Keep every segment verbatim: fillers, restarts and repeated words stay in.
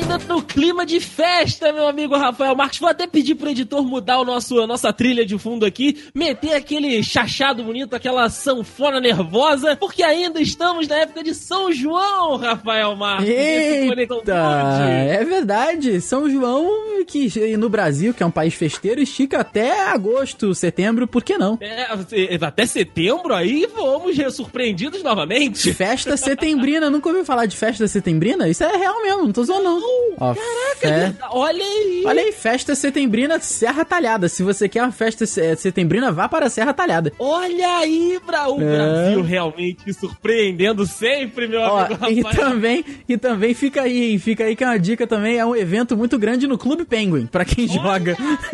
ainda no clima de festa, meu amigo Rafael Marques. Vou até pedir pro editor mudar o nosso, a nossa trilha de fundo aqui, meter aquele chachado bonito, aquela sanfona nervosa, porque ainda estamos na época de São João, Rafael Marques. Eita, é verdade. São João, que no Brasil, que é um país festeiro, estica até agosto, setembro, por que não? É, até setembro aí vamos surpreendidos novamente. Festa setembrina, nunca ouviu falar de festa setembrina? Isso é real mesmo, não tô zoando não. Ó, caraca, fe... olha aí. Olha aí, festa setembrina Serra Talhada. Se você quer uma festa setembrina, vá para a Serra Talhada. Olha aí, Bra... o é. Brasil realmente surpreendendo sempre, meu Ó, amigo Rafael. E também, e também fica aí, hein? Fica aí que é uma dica também, é um evento muito grande no Clube Penguin, pra quem olha joga.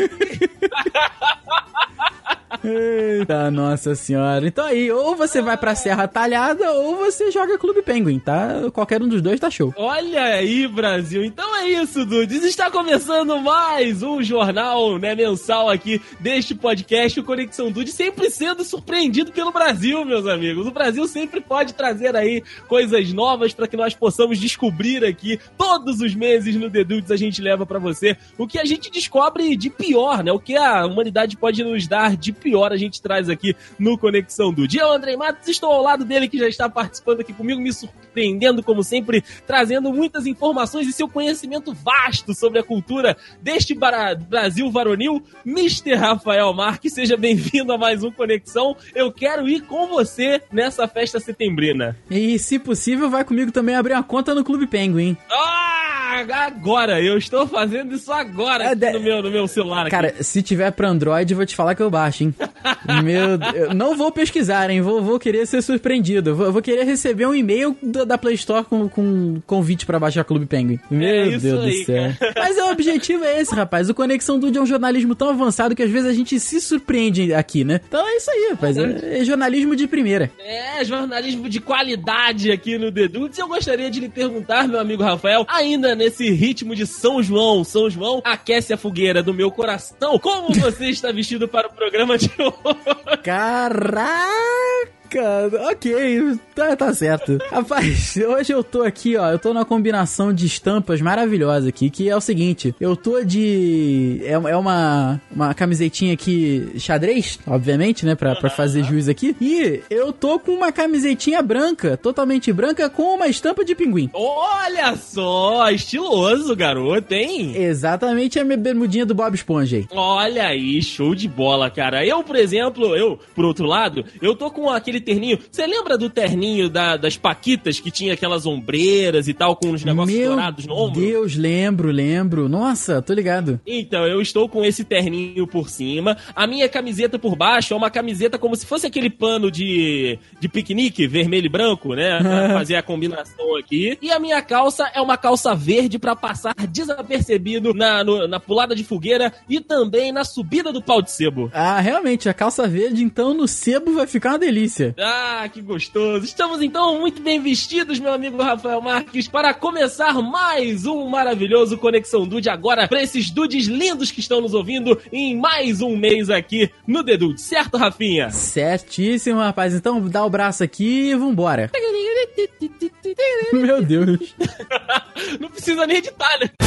Eita, nossa senhora. Então aí, ou você vai pra Serra Talhada, ou você joga Clube Penguin, tá? Qualquer um dos dois tá show. Olha aí, Brasil. Então é isso, Dudes. Está começando mais um jornal, né, mensal aqui deste podcast, o Conexão Dudes, sempre sendo surpreendido pelo Brasil, meus amigos. O Brasil sempre pode trazer aí coisas novas para que nós possamos descobrir aqui. Todos os meses no The Dudes a gente leva pra você o que a gente descobre de pior, né? O que a humanidade pode nos dar de pior. A gente traz aqui no Conexão Dude. Eu, Andrei Matos, estou ao lado dele, que já está participando aqui comigo, me surpreendendo, como sempre, trazendo muitas informações e seu conhecimento vasto sobre a cultura deste bara- Brasil varonil, mister Rafael Marques. Seja bem-vindo a mais um Conexão. Eu quero ir com você nessa festa setembrina. E, se possível, vai comigo também abrir uma conta no Clube Penguin. Ah, agora! Eu estou fazendo isso agora aqui é de... no, meu, no meu celular. Cara, aqui. Se tiver pra Android, eu vou te falar que eu baixo, hein? Meu Deus, eu não vou pesquisar, hein? Vou, vou querer ser surpreendido. Eu vou, vou querer receber um e-mail da, da Play Store com, com convite pra baixar Clube Penguin. Meu é isso Deus aí, do céu. Cara. Mas o objetivo é esse, rapaz. O Conexão Dude é um jornalismo tão avançado que às vezes a gente se surpreende aqui, né? Então é isso aí, rapaz. É, é jornalismo de primeira. É, jornalismo de qualidade aqui no The Dudes. Eu gostaria de lhe perguntar, meu amigo Rafael, ainda nesse ritmo de São João, São João aquece a fogueira do meu coração, como você está vestido para o programa de hoje? Caraca! Ok, tá, tá certo. Rapaz, hoje eu tô aqui, ó, eu tô numa combinação de estampas maravilhosa aqui, que é o seguinte, eu tô de... É, é uma, uma camisetinha aqui xadrez, obviamente, né, pra, pra fazer jus aqui, e eu tô com uma camisetinha branca, totalmente branca, com uma estampa de pinguim. Olha só, estiloso, garoto, hein? Exatamente a minha bermudinha do Bob Esponja aí. Olha aí, show de bola, cara. Eu, por exemplo, eu, por outro lado, eu tô com aquele terninho. Você lembra do terninho da, das Paquitas, que tinha aquelas ombreiras e tal, com os negócios Meu dourados no ombro? Meu Deus, lembro, lembro. Nossa, tô ligado. Então, eu estou com esse terninho por cima. A minha camiseta por baixo é uma camiseta como se fosse aquele pano de, de piquenique, vermelho e branco, né? Pra fazer a combinação aqui. E a minha calça é uma calça verde pra passar desapercebido na, no, na pulada de fogueira e também na subida do pau de sebo. Ah, realmente, a calça verde, então, no sebo vai ficar uma delícia. Ah, que gostoso. Estamos, então, muito bem vestidos, meu amigo Rafael Marques, para começar mais um maravilhoso Conexão Dude agora para esses dudes lindos que estão nos ouvindo em mais um mês aqui no The Dude. Certo, Rafinha? Certíssimo, rapaz. Então, dá o braço aqui e vambora. Meu Deus. Não precisa nem editar, né?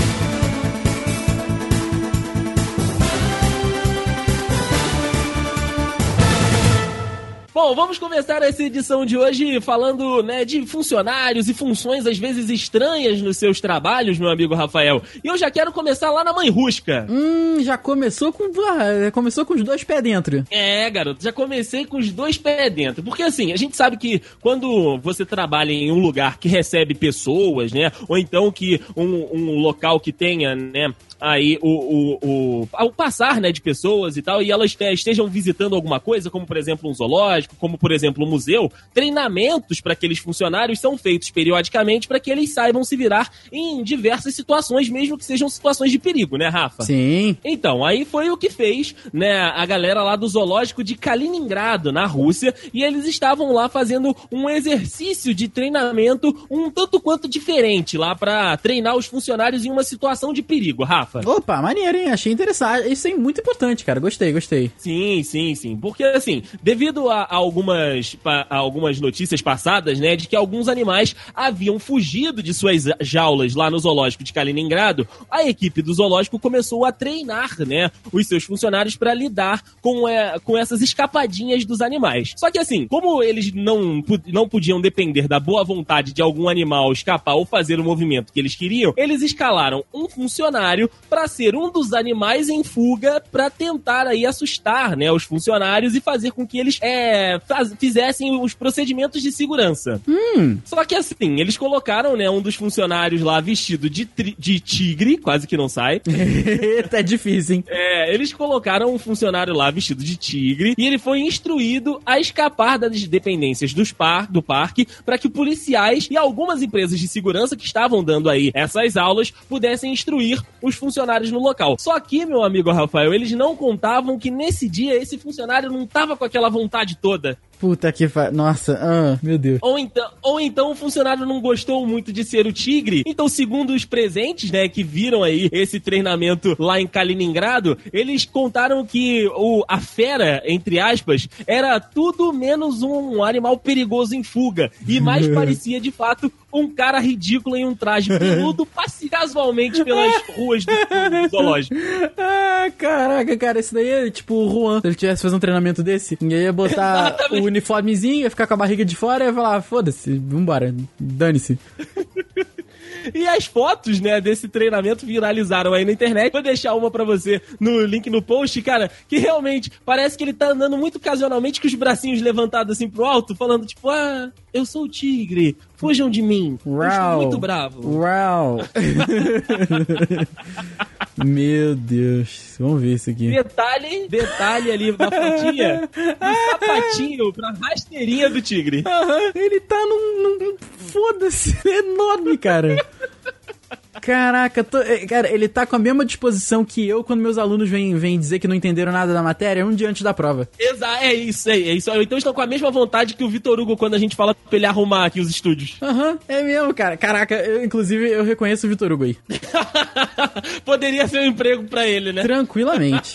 Bom, vamos começar essa edição de hoje falando, né, de funcionários e funções às vezes estranhas nos seus trabalhos, meu amigo Rafael. E eu já quero começar lá na Mãe Rusca. Hum, já começou com, ah, começou com os dois pés dentro. É, garoto, já comecei com os dois pés dentro. Porque assim, a gente sabe que quando você trabalha em um lugar que recebe pessoas, né, ou então que um, um local que tenha, né, aí o, o, o, o passar, né, de pessoas e tal, e elas estejam visitando alguma coisa, como por exemplo um zoológico, como por exemplo um museu, treinamentos para aqueles funcionários são feitos periodicamente para que eles saibam se virar em diversas situações, mesmo que sejam situações de perigo, né, Rafa? Sim. Então, aí foi o que fez, né, a galera lá do zoológico de Kaliningrado, na Rússia, e eles estavam lá fazendo um exercício de treinamento um tanto quanto diferente lá para treinar os funcionários em uma situação de perigo, Rafa. Rafa? Opa, maneiro, hein? Achei interessante. Isso é muito importante, cara. Gostei, gostei. Sim, sim, sim. Porque, assim, devido a, a, algumas, a algumas notícias passadas, né, de que alguns animais haviam fugido de suas jaulas lá no zoológico de Kaliningrado, a equipe do zoológico começou a treinar, né, os seus funcionários para lidar com, é, com essas escapadinhas dos animais. Só que, assim, como eles não, não podiam depender da boa vontade de algum animal escapar ou fazer o movimento que eles queriam, eles escalaram um funcionário para ser um dos animais em fuga para tentar aí assustar, né, os funcionários e fazer com que eles é, faz, fizessem os procedimentos de segurança. Hum. Só que assim, eles colocaram, né, um dos funcionários lá vestido de, tri, de tigre, quase que não sai. Tá difícil, hein? É, eles colocaram um funcionário lá vestido de tigre e ele foi instruído a escapar das dependências dos par, do parque para que policiais e algumas empresas de segurança que estavam dando aí essas aulas pudessem instruir os funcionários no local. Só que, meu amigo Rafael, eles não contavam que nesse dia esse funcionário não tava com aquela vontade toda. Puta que fa... Nossa, ah, meu Deus. Ou então, ou então o funcionário não gostou muito de ser o tigre. Então, segundo os presentes, né, que viram aí esse treinamento lá em Kaliningrado, eles contaram que o, a fera, entre aspas, era tudo menos um animal perigoso em fuga. E mais parecia, de fato, um cara ridículo em um traje peludo, passe casualmente pelas ruas do, do zoológico. Ah, caraca, cara, isso daí é tipo o Juan. Se ele tivesse fazer um treinamento desse, e ia botar o uniformezinho, ia ficar com a barriga de fora e ia falar, foda-se, vambora, dane-se. E as fotos, né, desse treinamento viralizaram aí na internet. Vou deixar uma pra você no link no post, cara, que realmente parece que ele tá andando muito ocasionalmente com os bracinhos levantados assim pro alto, falando tipo, ah, eu sou o tigre, fujam de mim, Uau. eu estou muito bravo. Uau! Meu Deus, vamos ver isso aqui. Detalhe, detalhe ali na fotinha, um sapatinho pra rasteirinha do tigre. Aham, ele tá num, num foda-se, enorme, cara. Caraca, tô, cara, ele tá com a mesma disposição que eu quando meus alunos vêm, vêm dizer que não entenderam nada da matéria, um dia antes da prova. Exato, é isso aí, é isso aí. Então estão com a mesma vontade que o Vitor Hugo quando a gente fala pra ele arrumar aqui os estúdios. Aham, uhum, é mesmo, cara. Caraca, eu, inclusive eu reconheço o Vitor Hugo aí. Poderia ser um emprego pra ele, né? Tranquilamente.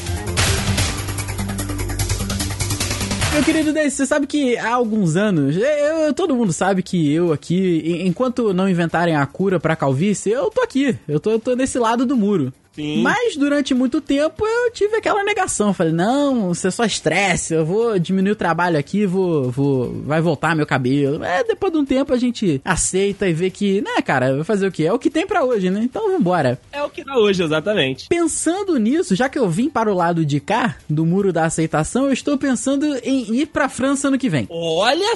Meu querido Deis, você sabe que há alguns anos, eu, todo mundo sabe que eu aqui, enquanto não inventarem a cura pra calvície, eu tô aqui, eu tô, eu tô nesse lado do muro. Sim. Mas durante muito tempo eu tive aquela negação. Falei, não, isso é só estresse, eu vou diminuir o trabalho aqui, vou, vou, vai voltar meu cabelo. É, depois de um tempo a gente aceita e vê que, né, cara, vai fazer o quê? É o que tem pra hoje, né? Então vambora. É o que dá hoje, exatamente. Pensando nisso, já que eu vim para o lado de cá, do muro da aceitação, eu estou pensando em ir pra França ano que vem. Olha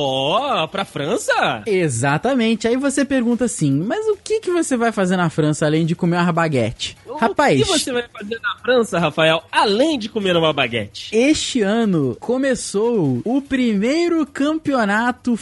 só, pra França? Exatamente. Aí você pergunta assim, mas o que, que você vai fazer na França além de comer uma baguete? Rapaz, o que você vai fazer na França, Rafael, além de comer uma baguete? Este ano começou o primeiro campeonato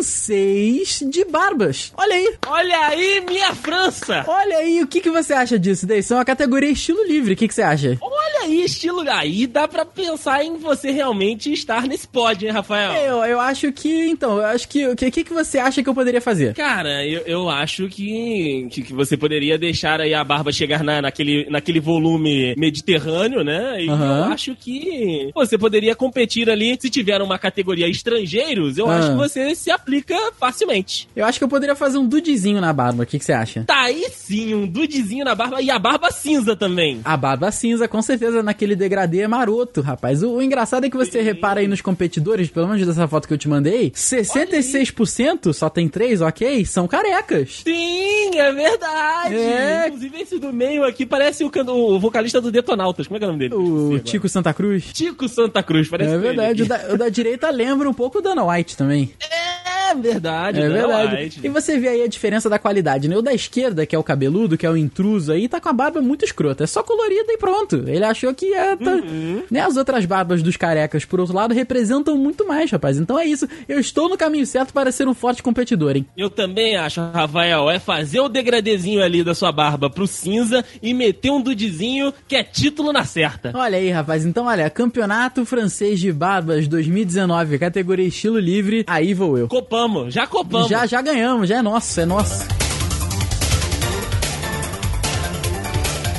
francês de barbas. Olha aí. Olha aí, minha França. Olha aí, o que, que você acha disso, Deis? São a categoria estilo livre, o que, que você acha? Olha aí, estilo... Aí dá pra pensar em você realmente estar nesse pódio, hein, Rafael? Eu, eu acho que, então, eu acho que... O que, que, que você acha que eu poderia fazer? Cara, eu, eu acho que, que, que você poderia deixar aí a barba chegar na, naquele, naquele volume mediterrâneo, né? E uhum. eu acho que você poderia competir ali, se tiver uma categoria estrangeiros, eu uhum. acho que você se aplica facilmente. Eu acho que eu poderia fazer um dudezinho na barba, o que, que você acha? Tá aí sim, um dudezinho na barba e a barba cinza também. A barba cinza, com certeza, naquele degradê maroto, rapaz. O, o engraçado é que você sim. repara aí nos competidores, pelo menos dessa foto que eu te mandei, sessenta e seis por cento, só tem três, ok, são carecas. Sim, é verdade. É. Inclusive esse do meio aqui parece o, o vocalista do Detonautas. Como é que é o nome dele? O Tico Santa Cruz. Tico Santa Cruz, parece É verdade, o da, o da direita lembra um pouco o Dana White também. É verdade, é verdade. White. E você vê aí a diferença da qualidade, né? O da esquerda, que é o cabeludo, que é o intruso aí, tá com a barba muito escrota. É só colorida e pronto. Ele achou que ia... Tá... Uhum. Né? As outras barbas dos carecas, por outro lado, representam muito mais, rapaz. Então é isso. Eu estou no caminho certo para ser um forte competidor, hein? Eu também acho, Rafael. É fazer o degradezinho ali da sua barba pro cinza e meter um dudezinho que é título na certa. Olha aí, rapaz. Então, olha, Campeonato Francês de Barbas dois mil e dezenove, categoria estilo livre, aí vou eu. Copamos, já copamos. Já, já ganhamos, já é nosso, é nosso.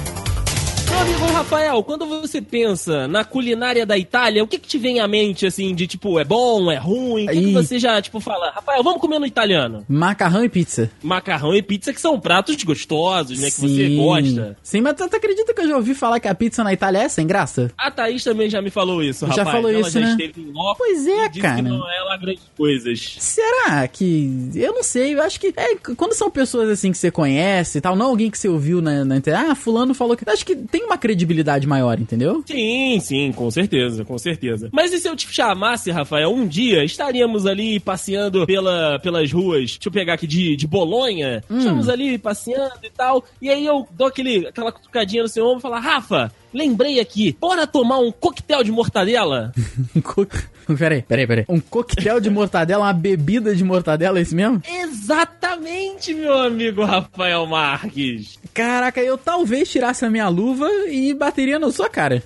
amigo Rafael, quando você pensa na culinária da Itália, o que que te vem à mente, assim, de tipo, é bom, é ruim? O que, que você já, tipo, fala? Rafael, vamos comer no italiano? Macarrão e pizza. Macarrão e pizza que são pratos gostosos, né? Que Sim. você gosta. Sim, mas tu, tu acredita que eu já ouvi falar que a pizza na Itália é sem graça? A Thaís também já me falou isso, Já rapaz. falou Ela isso, já né? esteve em Lopes Pois é, e disse cara. que não é lá grandes coisas. Será que... Eu não sei, eu acho que... É, quando são pessoas assim que você conhece e tal, não alguém que você ouviu na, na internet, ah, fulano falou que... Acho que tem uma credibilidade maior, entendeu? Sim, sim, com certeza, com certeza. Mas e se eu te chamasse, Rafael, um dia estaríamos ali passeando pela, pelas ruas, deixa eu pegar aqui de, de Bolonha, Hum. estamos ali passeando e tal, e aí eu dou aquele, aquela cutucadinha no seu ombro e falo, Rafa, lembrei aqui, bora tomar um coquetel de mortadela? Um co... Peraí, peraí, peraí. Um coquetel de mortadela, uma bebida de mortadela, é isso mesmo? Exatamente, meu amigo Rafael Marques. Caraca, eu talvez tirasse a minha luva e bateria na sua cara.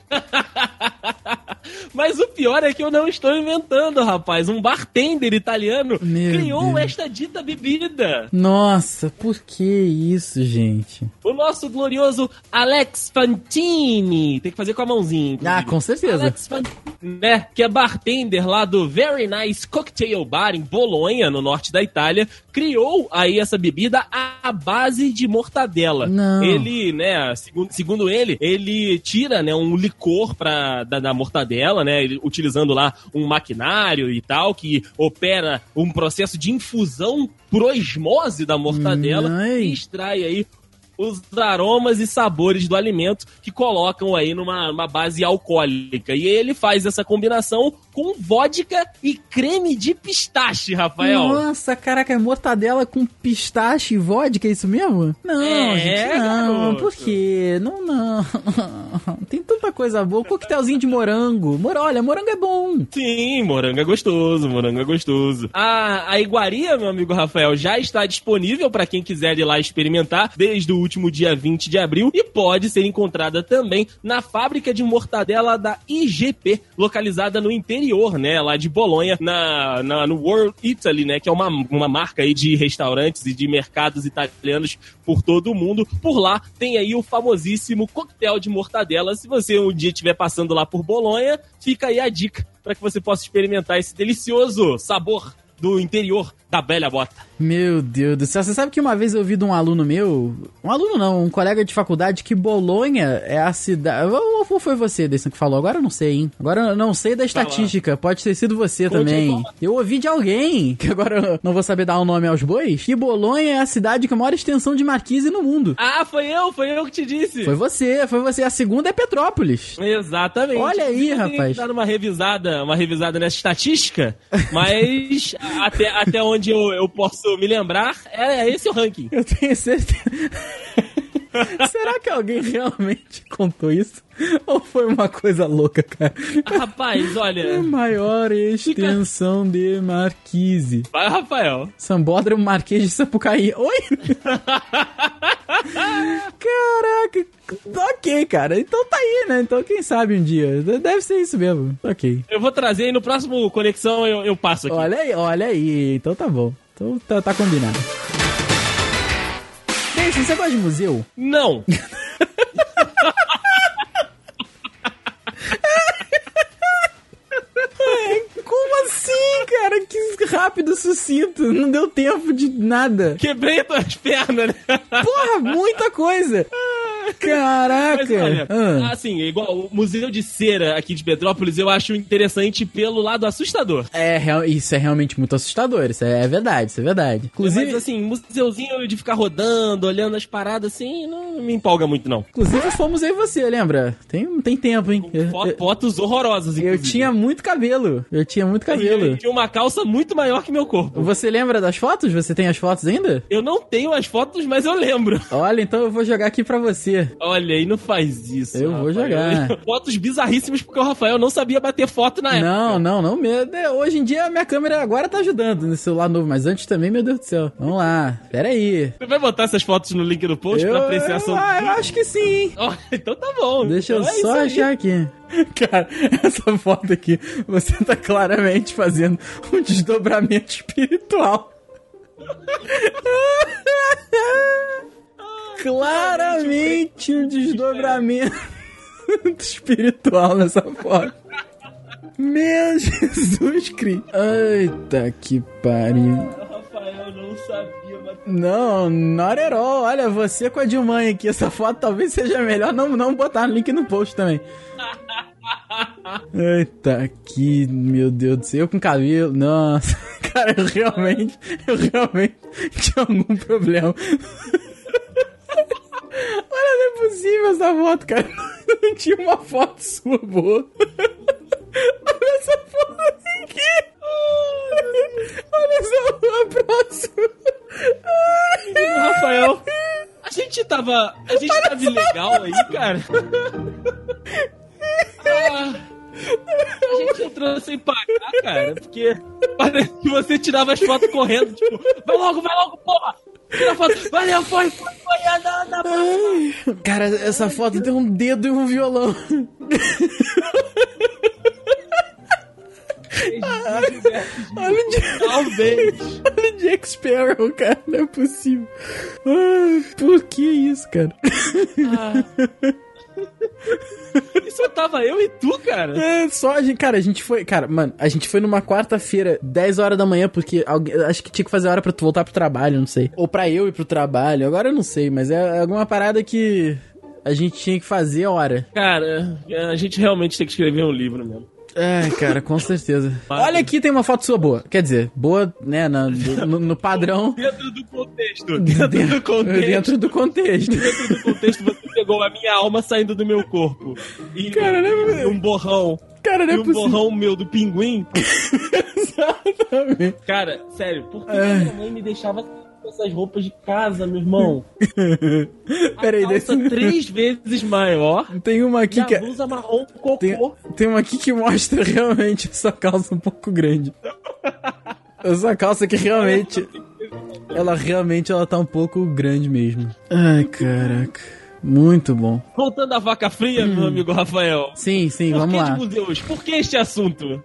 Mas o pior é que eu não estou inventando, rapaz. Um bartender italiano Meu criou Deus. esta dita bebida. Nossa, por que isso, gente? O nosso glorioso Alex Fantini. Tem que fazer com a mãozinha, inclusive. Ah, com certeza. Alex Fantini, né? Que é bartender lá do Very Nice Cocktail Bar em Bolonha, no norte da Itália. Criou aí essa bebida à base de mortadela. Não. Ele, né, segundo, segundo ele, ele tira, né, um licor pra, da, da mortadela, né, ele, utilizando lá um maquinário e tal, que opera um processo de infusão por osmose da mortadela Ai. e extrai aí os aromas e sabores do alimento que colocam aí numa, numa base alcoólica. E ele faz essa combinação com vodka e creme de pistache, Rafael. Nossa, caraca, é mortadela com pistache e vodka, é isso mesmo? Não, É, gente, não. garoto. Por quê? Não, não. Tem tanta coisa boa. Coquetelzinho de morango. Mor Olha, morango é bom. Sim, morango é gostoso, morango é gostoso. A, a iguaria, meu amigo Rafael, já está disponível para quem quiser ir lá experimentar desde o último dia vinte de abril e pode ser encontrada também na fábrica de mortadela da I G P, localizada no interior, né, lá de Bolonha, na, na, no World Italy, né, que é uma, uma marca aí de restaurantes e de mercados italianos por todo o mundo. Por lá tem aí o famosíssimo coquetel de mortadela. Se você um dia estiver passando lá por Bolonha, fica aí a dica para que você possa experimentar esse delicioso sabor do interior da Bela Bota. Meu Deus do céu. Você sabe que uma vez eu ouvi de um aluno meu, um aluno não, um colega de faculdade, que Bolonha é a cidade... Ou, ou foi você, Deison, que falou? Agora eu não sei, hein? Agora eu não sei da estatística. Pode ter sido você Conte a também. informação. Eu ouvi de alguém, que agora eu não vou saber dar o nome aos bois, que Bolonha é a cidade com a maior extensão de marquise no mundo. Ah, foi eu, foi eu que te disse. Foi você, foi você. A segunda é Petrópolis. Exatamente. Olha aí, Eu tenho rapaz. que dar uma revisada, uma revisada nessa estatística, mas até, até onde eu, eu posso me lembrar, é, é esse o ranking. Eu tenho certeza. Será que alguém realmente contou isso? Ou foi uma coisa louca, cara? Rapaz, A olha... maior extensão de marquise. Vai, Rafael. Sambódromo Marquês de Sapucaí. Oi? Caraca. Ok, cara. Então tá aí, né? Então quem sabe um dia. Deve ser isso mesmo. Ok. Eu vou trazer e no próximo Conexão eu, eu passo aqui. Olha aí, olha aí. Então tá bom. Então tá, tá combinado. Bem, você gosta de museu? Não. Como assim, cara? Que rápido, sucinto. Não deu tempo de nada. Quebrei as tuas pernas, né? Porra, muita coisa. Caraca. Mas olha, Ah. assim, igual o Museu de Cera aqui de Petrópolis, eu acho interessante pelo lado assustador. É, real- isso é realmente muito assustador. Isso é verdade, isso é verdade. Inclusive, Mas assim, museuzinho de ficar rodando, olhando as paradas assim, não me empolga muito, não. inclusive fomos eu e você, lembra? Tem, tem tempo, hein? Eu, Fo- eu- Fotos horrorosas, eu inclusive. tinha muito cabelo. Eu tinha muito cabelo. Eu tinha uma calça muito maior que meu corpo. Você lembra das fotos? Você tem as fotos ainda? Eu não tenho as fotos, mas eu lembro. Olha, então eu vou jogar aqui pra você. Olha aí, não faz isso. Eu vou jogar. Fotos bizarríssimas porque o Rafael não sabia bater foto na época. Não, não, não mesmo. É, hoje em dia a minha câmera agora tá ajudando nesse celular novo, mas antes também, meu Deus do céu. Vamos lá, pera aí. Você vai botar essas fotos no link do post Eu, pra apreciação eu, ah, do eu acho que sim. Ó, então tá bom. Deixa eu Então é só isso aí. achar aqui. Cara, essa foto aqui, você tá claramente fazendo um desdobramento espiritual. claramente um desdobramento espiritual nessa foto. Meu Jesus Cristo. Eita que pariu. Rafael não sabia, mas... Não, not at all. Olha, você com a Dilma aqui. Essa foto talvez seja melhor não, não botar no link no post também. Eita, que... Meu Deus do céu. Eu com cabelo... Nossa. Cara, eu realmente... Eu realmente tinha algum problema. Olha, não é possível essa foto, cara. Não tinha uma foto sua boa. Olha essa foto aqui. Olha só a próxima. Rafael, a gente tava... A gente Olha tava ilegal aí, cara. Ah, a gente entrou sem pagar, cara, porque parece que você tirava as fotos correndo, tipo, vai logo, vai logo, porra! Tira a foto, valeu, foi, foi, foi, anda, anda, Ai, cara, essa foto tem um dedo e um violão. Olha o Jack... Talvez. Olha o Jack Sparrow, cara. Não é possível. Ai, por que isso, cara? Ah. E só tava eu e tu, cara. É, só a gente... Cara, a gente foi... Cara, mano, a gente foi numa quarta-feira, dez horas da manhã, porque alguém, acho que tinha que fazer hora pra tu voltar pro trabalho, não sei. Ou pra eu ir pro trabalho. Agora eu não sei, mas é alguma parada que a gente tinha que fazer a hora. Cara, a gente realmente tem que escrever um livro mesmo. É, cara, com certeza. Olha aqui, tem uma foto sua boa. Quer dizer, boa, né, na, no, no padrão. Dentro do contexto. Dentro, dentro do contexto. Dentro do contexto. Dentro do contexto, você pegou a minha alma saindo do meu corpo. E cara, né, um borrão. Cara, não é e um possível. borrão meu do pinguim. Exatamente. Cara, sério, por que é. minha mãe me deixava com essas roupas de casa, meu irmão? Peraí, calça desse... três vezes maior. Tem uma aqui e a que... blusa marrom cocô. Tem, tem uma aqui que mostra realmente essa calça um pouco grande. Essa calça que realmente... Ela realmente ela tá um pouco grande mesmo. Ai, caraca. Muito bom. Voltando à vaca fria, hum. meu amigo Rafael. Sim, sim, por vamos que lá. De museus? Por que este assunto?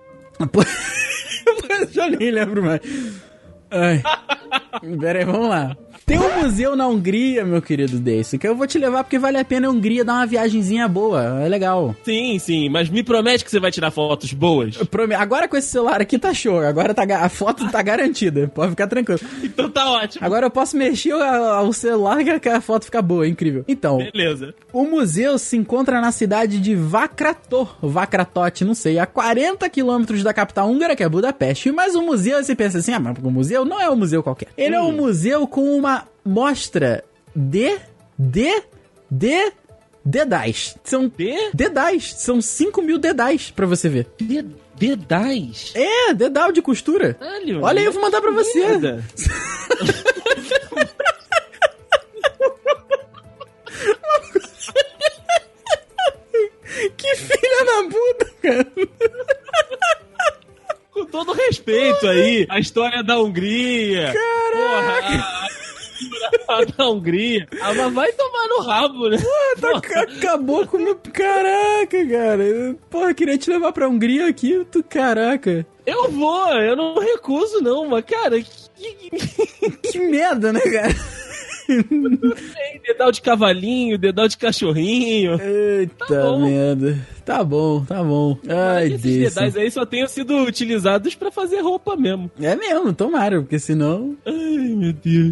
Já nem lembro mais. Ai. Pera aí, vamos lá. Tem um museu na Hungria, meu querido Deisse, que eu vou te levar porque vale a pena a Hungria dar uma viagenzinha boa, é legal. Sim, sim, mas me promete que você vai tirar fotos boas. Agora com esse celular aqui tá show, agora tá, a foto tá garantida, pode ficar tranquilo. Então tá ótimo. Agora eu posso mexer o, o celular que a foto fica boa, é incrível. Então, beleza. O museu se encontra na cidade de Vakrator, Vakratote, não sei, a quarenta quilômetros da capital húngara, que é Budapeste. Mas o museu, você pensa assim, ah, mas o museu não é um museu qualquer. Ele hum. é um museu com uma mostra de, de, de, dedais. São de? dedais. São cinco mil dedais pra você ver. De, dedais? É, dedal de costura. Caralho, olha aí, eu vou mandar pra você. Que filha da puta, cara. Com todo respeito aí, a história da Hungria. Caraca. Porra, a, a da Hungria. Ah, mas vai tomar no rabo, né? Pô, tá, acabou com o meu... Caraca, cara. Porra, queria te levar pra Hungria aqui, tu... Caraca. Eu vou, eu não recuso não, mas cara... Que, que merda, né, cara? Tem dedal de cavalinho, dedal de cachorrinho. Eita tá merda. Tá bom, tá bom. Ai, Deus. Esses dedais aí só tenham sido utilizados pra fazer roupa mesmo. É mesmo, tomara, porque senão... Ai, meu Deus.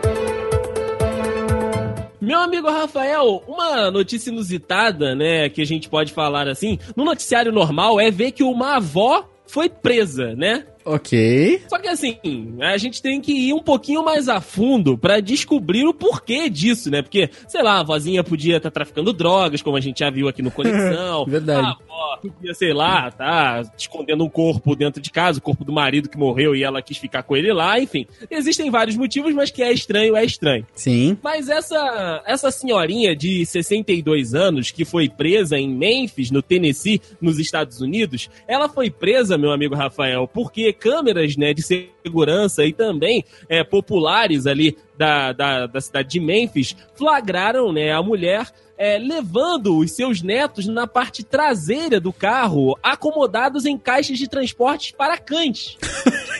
Meu amigo Rafael, uma notícia inusitada, né, que a gente pode falar assim, no noticiário normal é ver que uma avó foi presa, né? Ok. Só que assim, a gente tem que ir um pouquinho mais a fundo pra descobrir o porquê disso, né? Porque, sei lá, a vozinha podia estar tá traficando drogas, como a gente já viu aqui no Conexão. Verdade. A avó podia, sei lá, tá escondendo um corpo dentro de casa, o corpo do marido que morreu e ela quis ficar com ele lá, enfim. Existem vários motivos, mas que é estranho, é estranho. Sim. Mas essa, essa senhorinha de sessenta e dois anos, que foi presa em Memphis, no Tennessee, nos Estados Unidos, ela foi presa, meu amigo Rafael, porque câmeras, né, de segurança e também é, populares ali da, da, da cidade de Memphis flagraram, né, a mulher é, levando os seus netos na parte traseira do carro, acomodados em caixas de transportes para cães.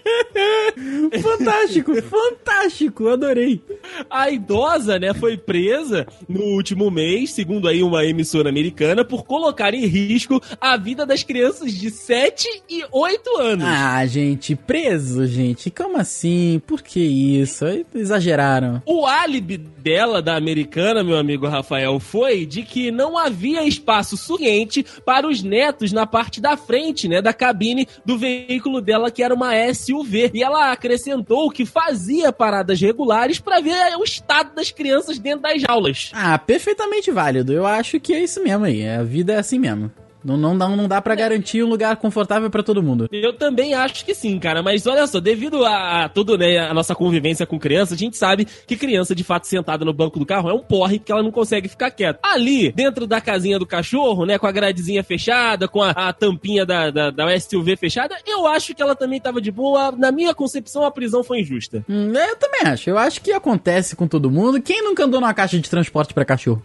Fantástico, fantástico, adorei. A idosa, né, foi presa no último mês, segundo aí uma emissora americana, por colocar em risco a vida das crianças de sete e oito anos. Ah, gente, preso, gente. Como assim? Por que isso? Exageraram. O álibi dela, da americana, meu amigo Rafael, foi de que não havia espaço suficiente para os netos na parte da frente, né, da cabine do veículo dela, que era uma S U V. E ela acrescentou que fazia paradas regulares para ver o estado das crianças dentro das jaulas. Ah, perfeitamente válido. Eu acho que é isso mesmo aí. A vida é assim mesmo. Não, não, dá, não dá pra garantir um lugar confortável pra todo mundo. Eu também acho que sim, cara. Mas olha só, devido a, a tudo, né, a nossa convivência com criança, a gente sabe que criança, de fato, sentada no banco do carro é um porre, porque ela não consegue ficar quieta. Ali, dentro da casinha do cachorro, né, com a gradezinha fechada, com a, a tampinha da, da, da S U V fechada, eu acho que ela também tava de boa. Na minha concepção, a prisão foi injusta. Hum, eu também acho. Eu acho que acontece com todo mundo. Quem nunca andou numa caixa de transporte pra cachorro?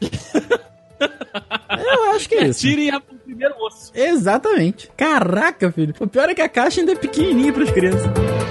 Eu acho que é isso. Tire a primeiro osso. Exatamente. Caraca, filho. O pior é que a caixa ainda é pequenininha pras crianças.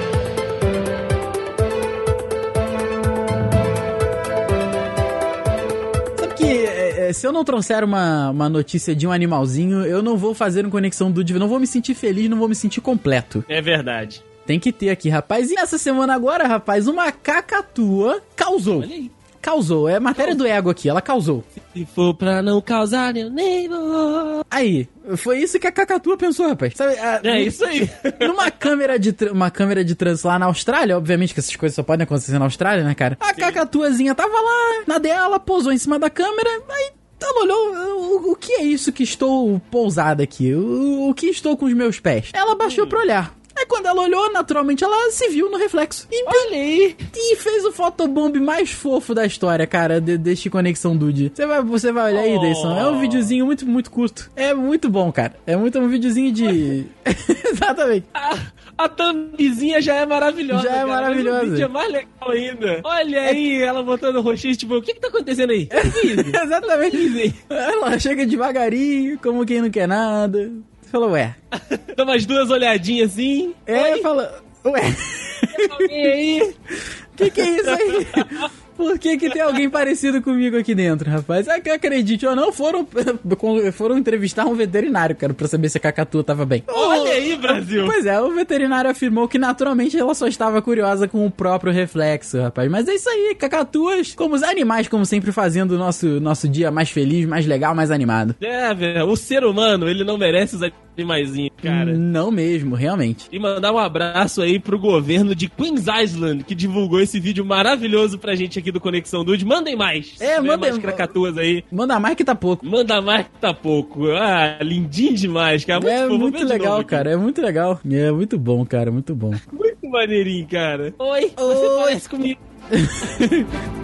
Sabe que é, é, se eu não trouxer uma, uma notícia de um animalzinho, eu não vou fazer um Conexão Dude, não vou me sentir feliz, não vou me sentir completo. É verdade. Tem que ter aqui, rapaz. E essa semana agora, rapaz, uma cacatua causou. Olha aí. Causou, é matéria do ego aqui, ela causou. Se for pra não causar, eu nem vou. Aí, foi isso que a cacatua pensou, rapaz. Sabe, a, é isso aí. Numa câmera de uma câmera de trânsito lá na Austrália, obviamente que essas coisas só podem acontecer na Austrália, né, cara? A Sim. cacatuazinha tava lá, na dela, pousou em cima da câmera, aí ela olhou, o, o que é isso que estou pousada aqui? O, o que estou com os meus pés? Ela baixou hum. pra olhar. Aí quando ela olhou, naturalmente ela se viu no reflexo. E, Olha aí. E fez o fotobomb mais fofo da história, cara, de, deste Conexão Dude. Você vai, você vai olhar aí, oh. Deison. É um videozinho muito, muito curto. É muito bom, cara. É muito um videozinho de... Exatamente. A, a thumbzinha já é maravilhosa, Já é cara. maravilhosa. Mas o vídeo é mais legal ainda. Olha é... aí, ela botando o rostinho, tipo, o que que tá acontecendo aí? Exatamente. Ela chega devagarinho, como quem não quer nada. Falou, ué. Dá umas duas olhadinhas assim. É, fala, ué. Tem alguém aí? Que que é isso aí? Por que que tem alguém parecido comigo aqui dentro, rapaz? Acredite ou não, foram, foram entrevistar um veterinário, cara, pra saber se a cacatua tava bem. Olha aí, Brasil! Pois é, o veterinário afirmou que naturalmente ela só estava curiosa com o próprio reflexo, rapaz. Mas é isso aí, cacatuas, como os animais, como sempre, fazendo o nosso, nosso dia mais feliz, mais legal, mais animado. É, velho, o ser humano, ele não merece os animaizinhos, cara. Não mesmo, realmente. E mandar um abraço aí pro governo de Queens Island, que divulgou esse vídeo maravilhoso pra gente aqui do Conexão Dude. Mandem mais. É, mandem mais cracatuas aí. Manda mais que tá pouco. Manda mais que tá pouco. Ah, lindinho demais, cara. Muito é fofo. muito legal, novo, cara. É muito legal. É muito bom, cara. Muito bom. Muito maneirinho, cara. Oi, Oi. você parece comigo.